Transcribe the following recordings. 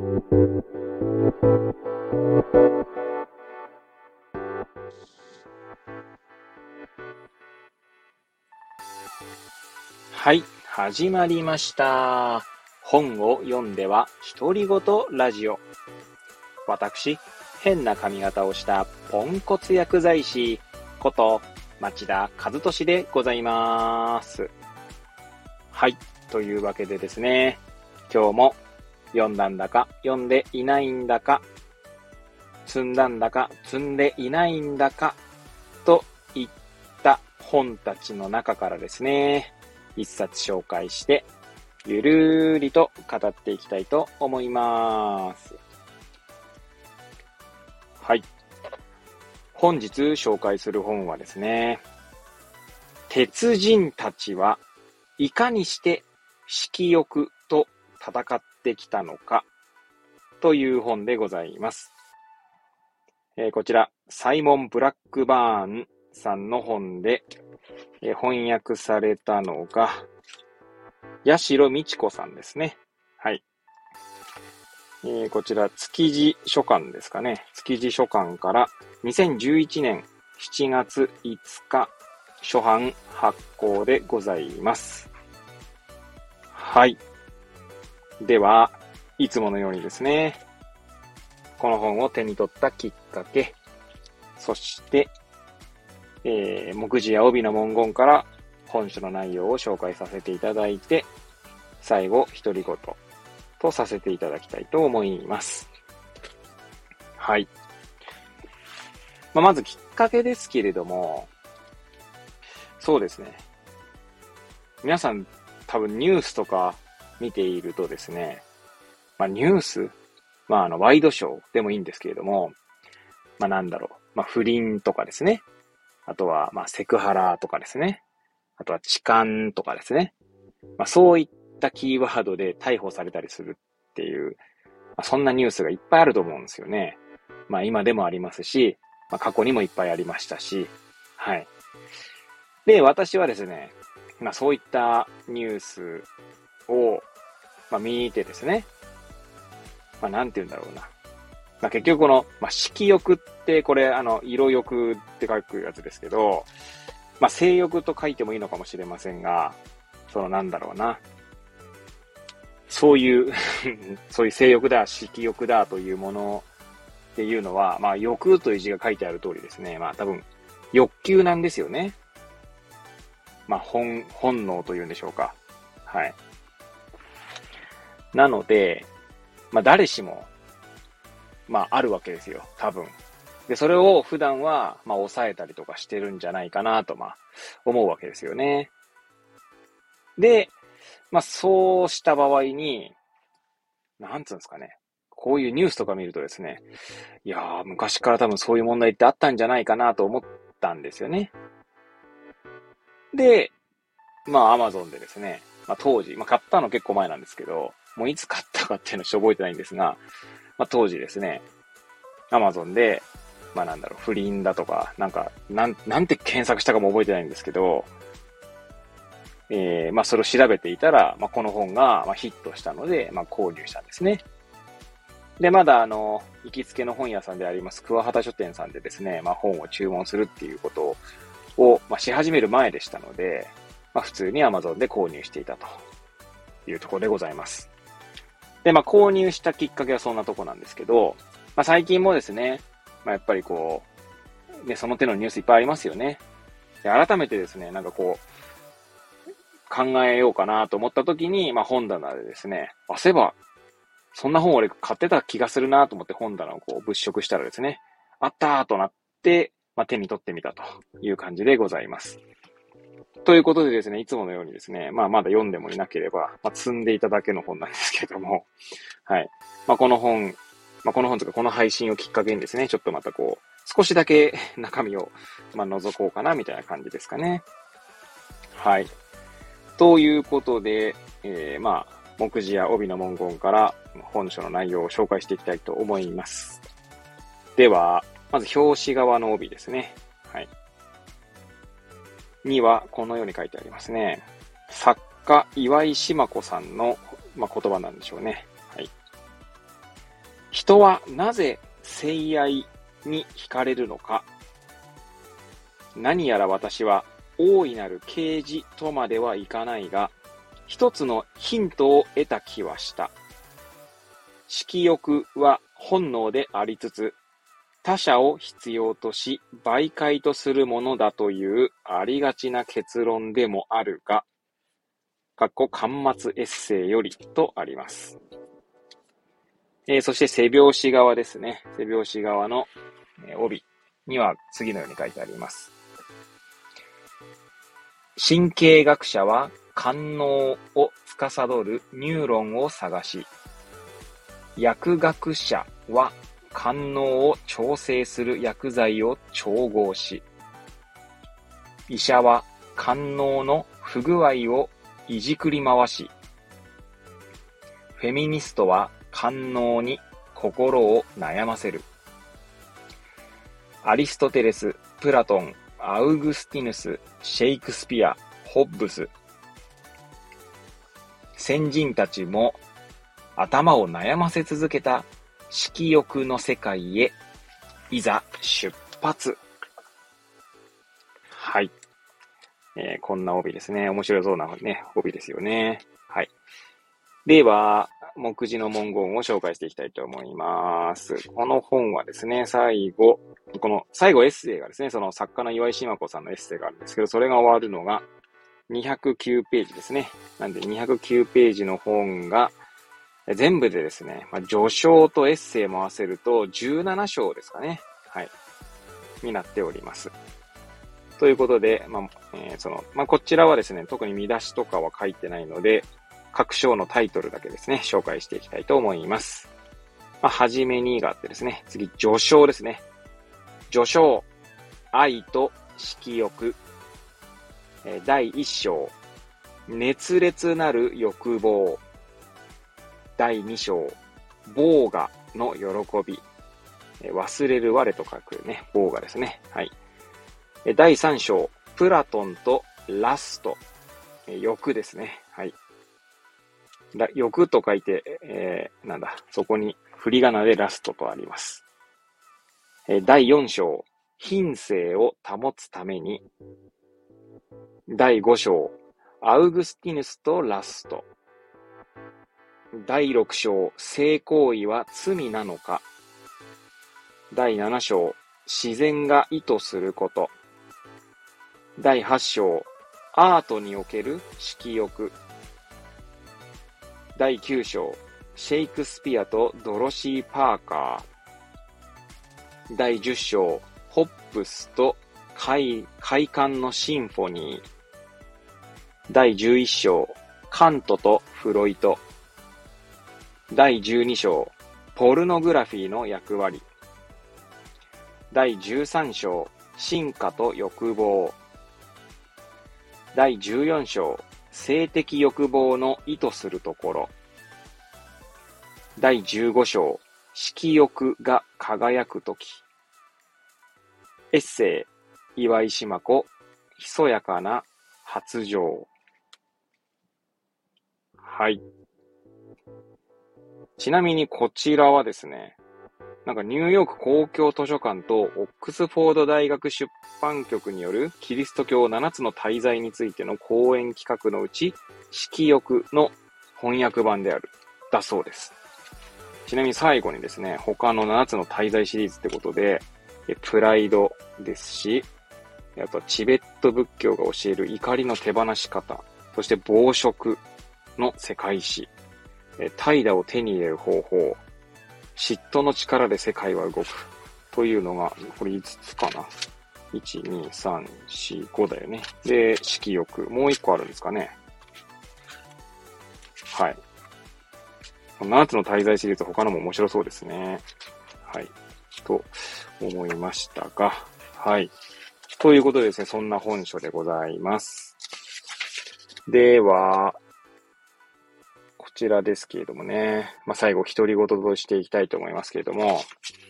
はい、始まりました。本を読んでは独り言ラジオ。私、変な髪型をしたポンコツ薬剤師こと町田和俊でございます。はい、というわけでですね、今日も読んだんだか読んでいないんだか、積んだんだか積んでいないんだかといった本たちの中からですね、一冊紹介してゆるーりと語っていきたいと思います。はい。本日紹介する本はですね、鉄人たちはいかにして色欲と戦ってきたのかという本でございます。こちらサイモン・ブラックバーンさんの本で、翻訳されたのが八代美智子さんですね。はい。こちら築地書館ですかね。築地書館から2011年7月5日初版発行でございます。はい。では、いつものようにですね、この本を手に取ったきっかけ、そして、目次や帯の文言から本書の内容を紹介させていただいて、最後、独り言とさせていただきたいと思います。はい。まずきっかけですけれども、そうですね。皆さん多分ニュースとか見ているとですね、ニュース、ワイドショーでもいいんですけれども、不倫とかですね。あとは、セクハラとかですね。あとは痴漢とかですね。そういったキーワードで逮捕されたりするっていう、そんなニュースがいっぱいあると思うんですよね。今でもありますし、過去にもいっぱいありましたし、はい。で、私はですね、そういったニュースを、見てですね、なんて言うんだろうな。結局この、色欲ってこれ、色欲って書くやつですけど、性欲と書いてもいいのかもしれませんが、そういうそういう性欲だ、色欲だというものっていうのは、欲という字が書いてある通りですね。多分、欲求なんですよね。本能というんでしょうか。はい。なので、誰しも、あるわけですよ。多分。で、それを普段は、抑えたりとかしてるんじゃないかなと、思うわけですよね。で、そうした場合に、なんつうんですかね。こういうニュースとか見るとですね、いやー、昔から多分そういう問題ってあったんじゃないかなと思ったんですよね。で、アマゾンでですね、当時、買ったの結構前なんですけど、もういつ買ったかっていうのはちょっと覚えてないんですが、当時ですね、アマゾンで、不倫だとか、なんて検索したかも覚えてないんですけど、それを調べていたら、この本が、ヒットしたので、購入したんですね。で、まだ、行きつけの本屋さんであります、桑畑書店さんでですね、本を注文するっていうことを、し始める前でしたので、普通に Amazon で購入していたというところでございます。で、購入したきっかけはそんなとこなんですけど、最近もですね、やっぱりこう、ね、その手のニュースいっぱいありますよね。で、改めてですね、考えようかなと思った時に、本棚でですね、そういえば、そんな本俺買ってた気がするなと思って本棚を物色したらですね、あったーとなって、手に取ってみたという感じでございます。ということでですね、いつものようにですね、まだ読んでもいなければ、積んでいただけの本なんですけれども、はい。この本とかこの配信をきっかけにですね、ちょっとまた少しだけ中身を、覗こうかな、みたいな感じですかね。はい。ということで、目次や帯の文言から本書の内容を紹介していきたいと思います。では、まず表紙側の帯ですね。はい。にはこのように書いてありますね。作家岩井志麻子さんの、言葉なんでしょうね。はい。 人はなぜ性愛に惹かれるのか。何やら私は大いなる啓示とまではいかないが、一つのヒントを得た気はした。色欲は本能でありつつ、他者を必要とし媒介とするものだというありがちな結論でもあるが、（巻末エッセイよりとあります。そして背表紙側ですね。背表紙側の帯には次のように書いてあります。神経学者は官能を司るニューロンを探し、薬学者は官能を調整する薬剤を調合し、医者は官能の不具合をいじくり回し、フェミニストは官能に心を悩ませる。アリストテレス、プラトン、アウグスティヌス、シェイクスピア、ホッブス。先人たちも頭を悩ませ続けた色欲の世界へ、いざ出発。はい。こんな帯ですね。面白そうなね、帯ですよね。はい。では、目次の文言を紹介していきたいと思います。この本はですね、最後エッセイがですね、その作家の岩井志麻子さんのエッセイがあるんですけど、それが終わるのが209ページですね。なんで209ページの本が全部でですね、序章とエッセイも合わせると17章ですかね。はい。になっております。ということで、こちらはですね、特に見出しとかは書いてないので、各章のタイトルだけですね、紹介していきたいと思います。はじめにがあってですね、次、序章ですね。序章、愛と色欲。第1章、熱烈なる欲望。第2章、傍我の喜び。忘れる我と書くね、傍我ですね。はい。第3章、プラトンとラスト。欲ですね。はい。欲と書いて、そこに振り仮名でラストとあります。第4章、品性を保つために。第5章、アウグスティヌスとラスト。第6章、性行為は罪なのか。第7章、自然が意図すること。第8章、アートにおける色欲。第9章、シェイクスピアとドロシー・パーカー。第10章、ホップスと快感のシンフォニー。第11章、カントとフロイト。第12章、ポルノグラフィーの役割。第13章、進化と欲望。第14章、性的欲望の意図するところ。第15章、色欲が輝くとき。エッセイ、岩井志麻子、ひそやかな発情。はい。ちなみにこちらはですね、ニューヨーク公共図書館とオックスフォード大学出版局によるキリスト教7つの大罪についての講演企画のうち、色欲の翻訳版である、だそうです。ちなみに最後にですね、他の7つの大罪シリーズってことで、プライドですし、あとチベット仏教が教える怒りの手放し方、そして暴食の世界史、怠惰を手に入れる方法、嫉妬の力で世界は動くというのが、これ5つかな。1、2、3、4、5だよね。で、色欲。もう1個あるんですかね。はい。7つの大罪シリーズ他のも面白そうですね。はい。と思いましたが。はい。ということでですね、そんな本書でございます。では、こちらですけれどもね。最後、独り言としていきたいと思いますけれども。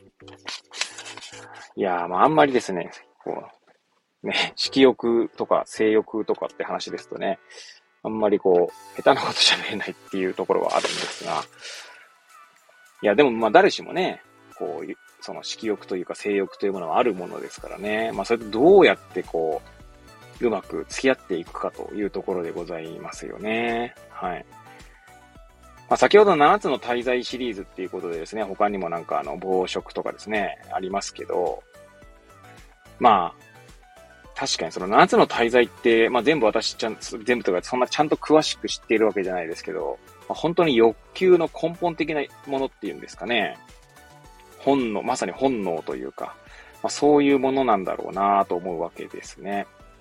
いやー、あんまりですね、色欲とか性欲とかって話ですとね、あんまり下手なこと喋れないっていうところはあるんですが、 いや、でもまあ誰しもね、こう、その色欲というか性欲というものはあるものですからね。まあそれとどうやってこう、うまく付き合っていくかというところでございますよね。はい。まあ先ほどの7つの滞在シリーズっていうことでですね、他にもなんか暴食とかですね、ありますけど、まあ、確かにその7つの滞在って、まあ全部全部とかそんなちゃんと詳しく知っているわけじゃないですけど、まあ、本当に欲求の根本的なものっていうんですかね。まさに本能というか、まあ、そういうものなんだろうなと思うわけですね。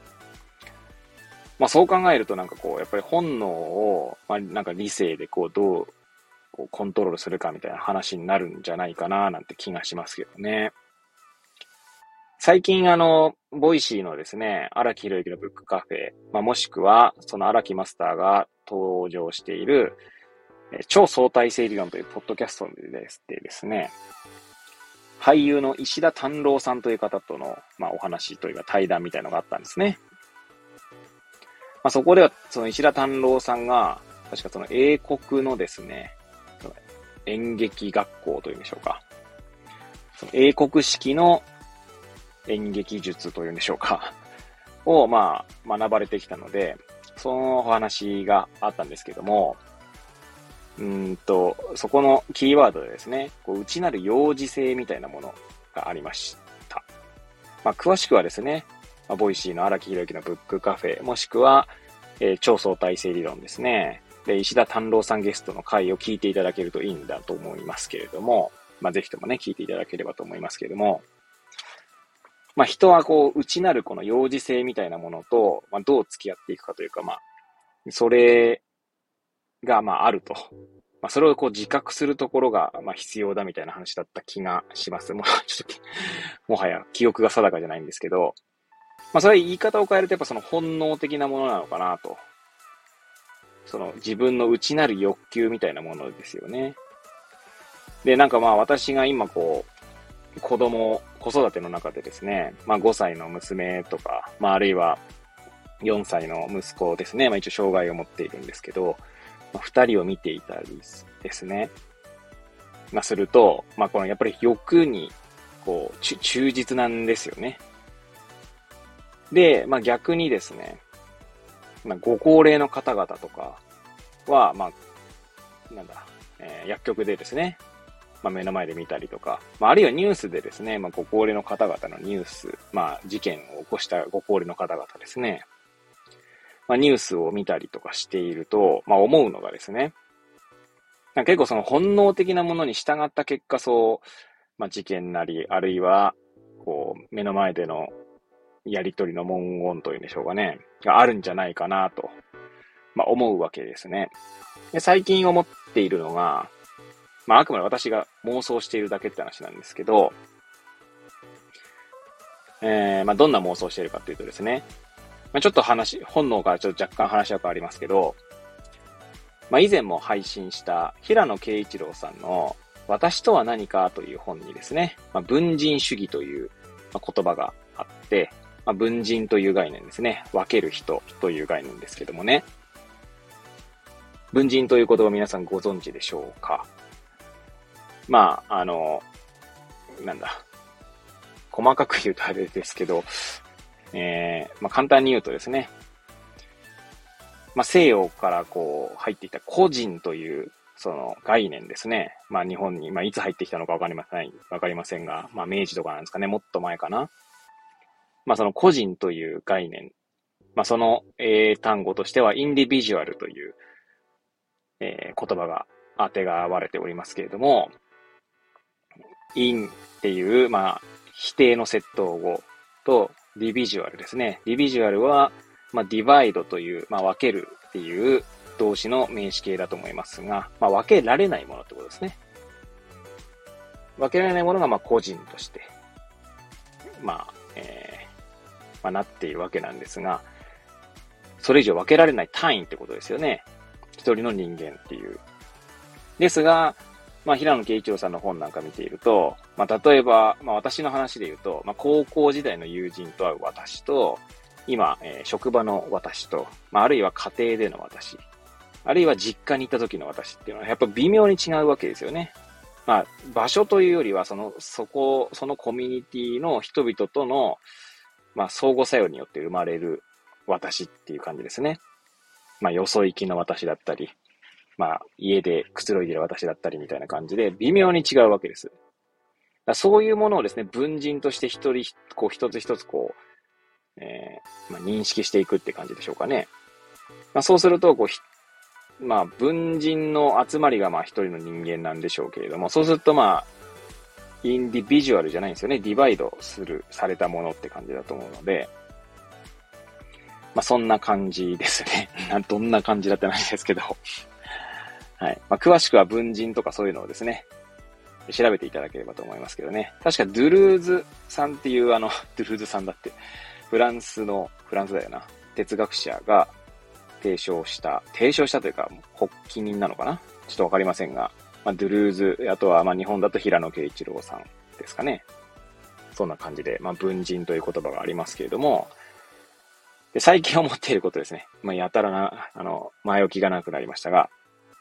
まあそう考えるとなんかこう、やっぱり本能を、まあなんか理性でこう、どうこうコントロールするかみたいな話になるんじゃないかななんて気がしますけどね。最近ボイシーのですね、荒木宏之のブックカフェ、まあ、もしくは、その荒木マスターが登場している、超相対性理論というポッドキャストでですね、俳優の石田丹郎さんという方との、まあ、お話というか対談みたいなのがあったんですね。まあ、そこでは、その石田丹郎さんが、確かその英国のですね、その演劇学校というんでしょうか。その英国式の演劇術というんでしょうか。を、まあ、学ばれてきたので、そのお話があったんですけども、そこのキーワードでですね、こう内なる幼児性みたいなものがありました。まあ、詳しくはですね、まあ、ボイシーの荒木宏之のブックカフェ、もしくは、超相対性理論ですね。で、石田丹郎さんゲストの回を聞いていただけるといいんだと思いますけれども、まあ、ぜひともね、聞いていただければと思いますけれども、まあ、人はこう、内なるこの幼児性みたいなものと、まあ、どう付き合っていくかというか、まあ、それが、まあ、あると。まあ、それをこう自覚するところが、まあ、必要だみたいな話だった気がします。もう、ちょっと、もはや記憶が定かじゃないんですけど、まあ、それは言い方を変えるとやっぱその本能的なものなのかなと。その自分の内なる欲求みたいなものですよね。で、なんかまあ私が今こう、子育ての中でですね、まあ5歳の娘とか、まああるいは4歳の息子ですね、まあ一応障害を持っているんですけど、まあ、2人を見ていたりですね。まあすると、まあこのやっぱり欲に、こう、忠実なんですよね。で、まあ逆にですね、まあご高齢の方々とかは、まあ、なんだ、薬局でですね、まあ目の前で見たりとか、まああるいはニュースでですね、まあご高齢の方々のニュース、まあ事件を起こしたご高齢の方々ですね、まあニュースを見たりとかしていると、まあ思うのがですね、結構その本能的なものに従った結果、そう、まあ事件なり、あるいは、こう、目の前でのやりとりの文言というんでしょうかね、があるんじゃないかなと、まあ思うわけですね。で、最近思っているのが、まああくまで私が妄想しているだけって話なんですけど、まあどんな妄想しているかっていうとですね、まあちょっと本能からちょっと若干話は変わりますけど、まあ以前も配信した平野啓一郎さんの私とは何かという本にですね、まあ、文人主義という言葉があって、まあ、文人という概念ですね。分ける人という概念ですけどもね。文人という言葉皆さんご存知でしょうか？まあ、なんだ。細かく言うとあれですけど、まあ簡単に言うとですね、まあ西洋からこう入っていた個人というその概念ですね。まあ日本に、まあいつ入ってきたのかわかりませんが、まあ明治とかなんですかね、もっと前かな。まあその個人という概念、まあその英単語としてはインディビジュアルという、言葉が当てがわれておりますけれども、インっていう、まあ否定の窃盗語とディビジュアルですね。ディビジュアルは、まあディバイドという、まあ分けるっていう動詞の名詞形だと思いますが、まあ分けられないものってことですね。分けられないものが、まあ個人として、まあ、まあ、なっているわけなんですが、それ以上分けられない単位ってことですよね。一人の人間っていう。ですが、まあ、平野啓一郎さんの本なんか見ていると、まあ、例えば、まあ、私の話で言うと、まあ、高校時代の友人と会う私と、今、職場の私と、まあ、あるいは家庭での私、あるいは実家に行った時の私っていうのは、やっぱ微妙に違うわけですよね。 まあ、場所というよりは、そのコミュニティの人々との、まあ、相互作用によって生まれる私っていう感じですね。まあ、よそ行きの私だったり、まあ、家でくつろいでる私だったりみたいな感じで、微妙に違うわけです。そういうものをですね、文人として一つ一つまあ、認識していくって感じでしょうかね。まあ、そうすると、まあ、文人の集まりがまあ一人の人間なんでしょうけれども、そうするとまあ、インディビジュアルじゃないんですよね。ディバイドされたものって感じだと思うので、まあそんな感じですね。どんな感じだって話ですけど。はい。まあ詳しくは文人とかそういうのをですね、調べていただければと思いますけどね。確かドゥルーズさんっていうドゥルーズさんだって、フランスだよな。哲学者が提唱したというか、発起人なのかなちょっとわかりませんが、まあ、ドゥルーズ、あとはまあ日本だと平野啓一郎さんですかね。そんな感じで、まあ文人という言葉がありますけれども、で最近思っていることですね。まあやたらな、前置きがなくなりましたが、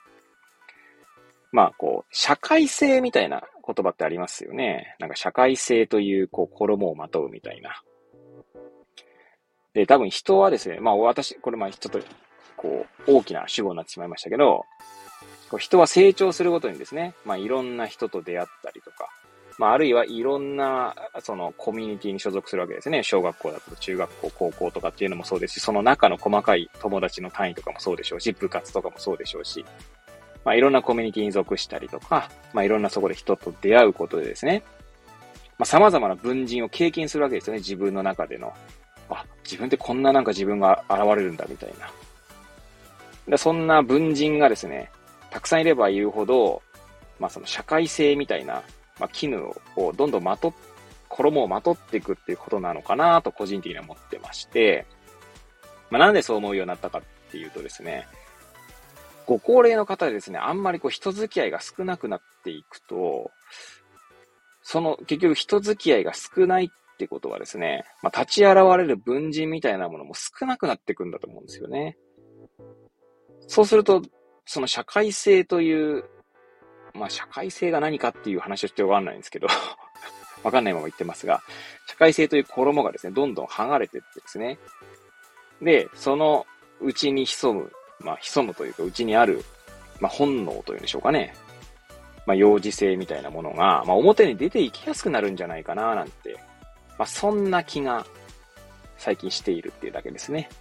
まあ社会性みたいな言葉ってありますよね。なんか社会性という衣をまとうみたいな。で、多分人はですね、まあこれちょっと大きな主語になってしまいましたけど、人は成長するごとにですね、まあいろんな人と出会ったりとか、まああるいはいろんなコミュニティに所属するわけですね。小学校だと中学校、高校とかっていうのもそうですし、その中の細かい友達の単位とかもそうでしょうし、部活とかもそうでしょうし、まあいろんなコミュニティに属したりとか、まあいろんなそこで人と出会うことでですね、まあ様々な文人を経験するわけですよね。自分の中での。自分ってこんななんか自分が現れるんだみたいな。そんな文人がですね、たくさんいればいるほど、まあその社会性みたいな、まあ絹をどんどん衣をまとっていくっていうことなのかなと個人的には思ってまして、まあなんでそう思うようになったかっていうとですね、ご高齢の方でですね、あんまり人付き合いが少なくなっていくと、結局人付き合いが少ないってことはですね、まあ立ち現れる文人みたいなものも少なくなっていくんだと思うんですよね。そうすると、その社会性という、まあ社会性が何かっていう話をしてわかんないんですけど、わかんないまま言ってますが、社会性という衣がですね、どんどん剥がれていってですね、で、その内に潜むというか、内にある、まあ本能というんでしょうかね。まあ幼児性みたいなものが、まあ表に出ていきやすくなるんじゃないかななんて、まあそんな気が最近しているっていうだけですね。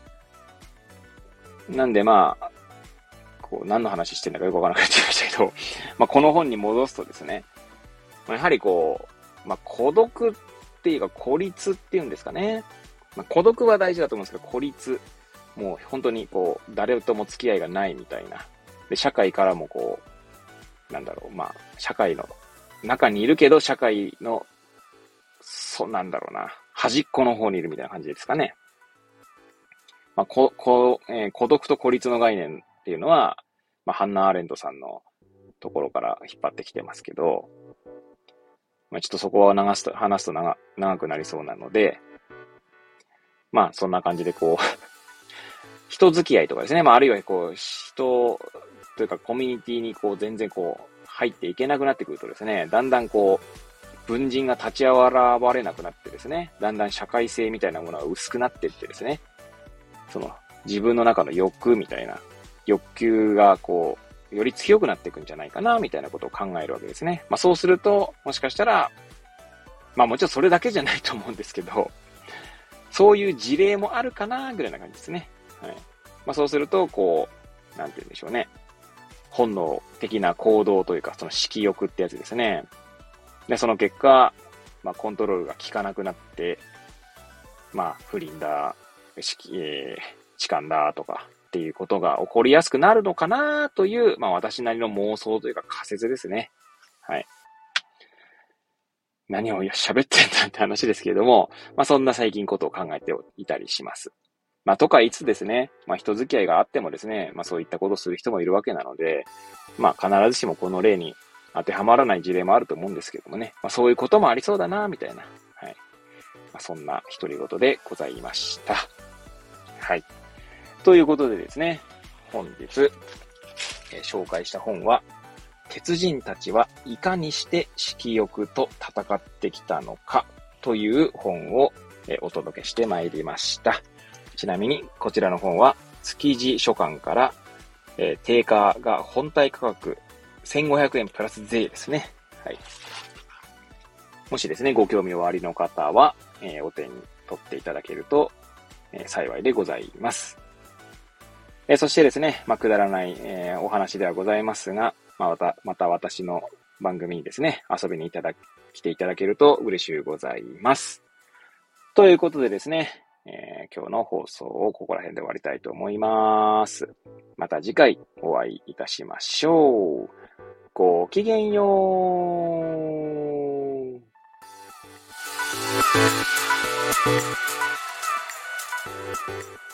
なんでまあ、何の話してるんだかよくわからなくなっちゃいましたけど、まあこの本に戻すとですね、やはりまあ孤独っていうか孤立っていうんですかね。まあ孤独は大事だと思うんですけど、孤立。もう本当に誰とも付き合いがないみたいな。で、社会からもまあ、社会の中にいるけど、社会の、端っこの方にいるみたいな感じですかね。まあ、孤独と孤立の概念っていうのは、まあ、ハンナ・アーレントさんのところから引っ張ってきてますけど、まあ、ちょっとそこは話すと長くなりそうなので、まあ、そんな感じで人付き合いとかですね、まあ、あるいは人というかコミュニティに全然入っていけなくなってくるとですね、だんだん文人が立ち現れなくなってですね、だんだん社会性みたいなものが薄くなっていってですね、自分の中の欲みたいな、欲求がより強くなっていくんじゃないかな、みたいなことを考えるわけですね。まあそうすると、もしかしたら、まあもちろんそれだけじゃないと思うんですけど、そういう事例もあるかな、ぐらいな感じですね。はい。まあそうすると、なんて言うんでしょうね。本能的な行動というか、その色欲ってやつですね。で、その結果、まあコントロールが効かなくなって、まあ不倫だ、痴漢だとかっていうことが起こりやすくなるのかなという、まあ私なりの妄想というか仮説ですね。はい。何を喋ってんだって話ですけれども、まあそんな最近ことを考えていたりします。まあとかいつですね、まあ人付き合いがあってもですね、まあそういったことをする人もいるわけなので、まあ必ずしもこの例に当てはまらない事例もあると思うんですけどもね、まあそういうこともありそうだな、みたいな。はい。まあ、そんな独り言でございました。はい。ということでですね、本日、紹介した本は、 鉄人たちはいかにして色欲と戦ってきたのかという本をお届けしてまいりました。ちなみにこちらの本は築地書館から定価が本体価格1500円プラス税ですね。はい。もしですね、ご興味おありの方は、お手に取っていただけると、幸いでございます。そしてですね、くだらない、お話ではございますが、また私の番組にですね、遊びに来ていただけると嬉しゅうございます。ということでですね、今日の放送をここら辺で終わりたいと思います。また次回お会いいたしましょう。ごきげんよう。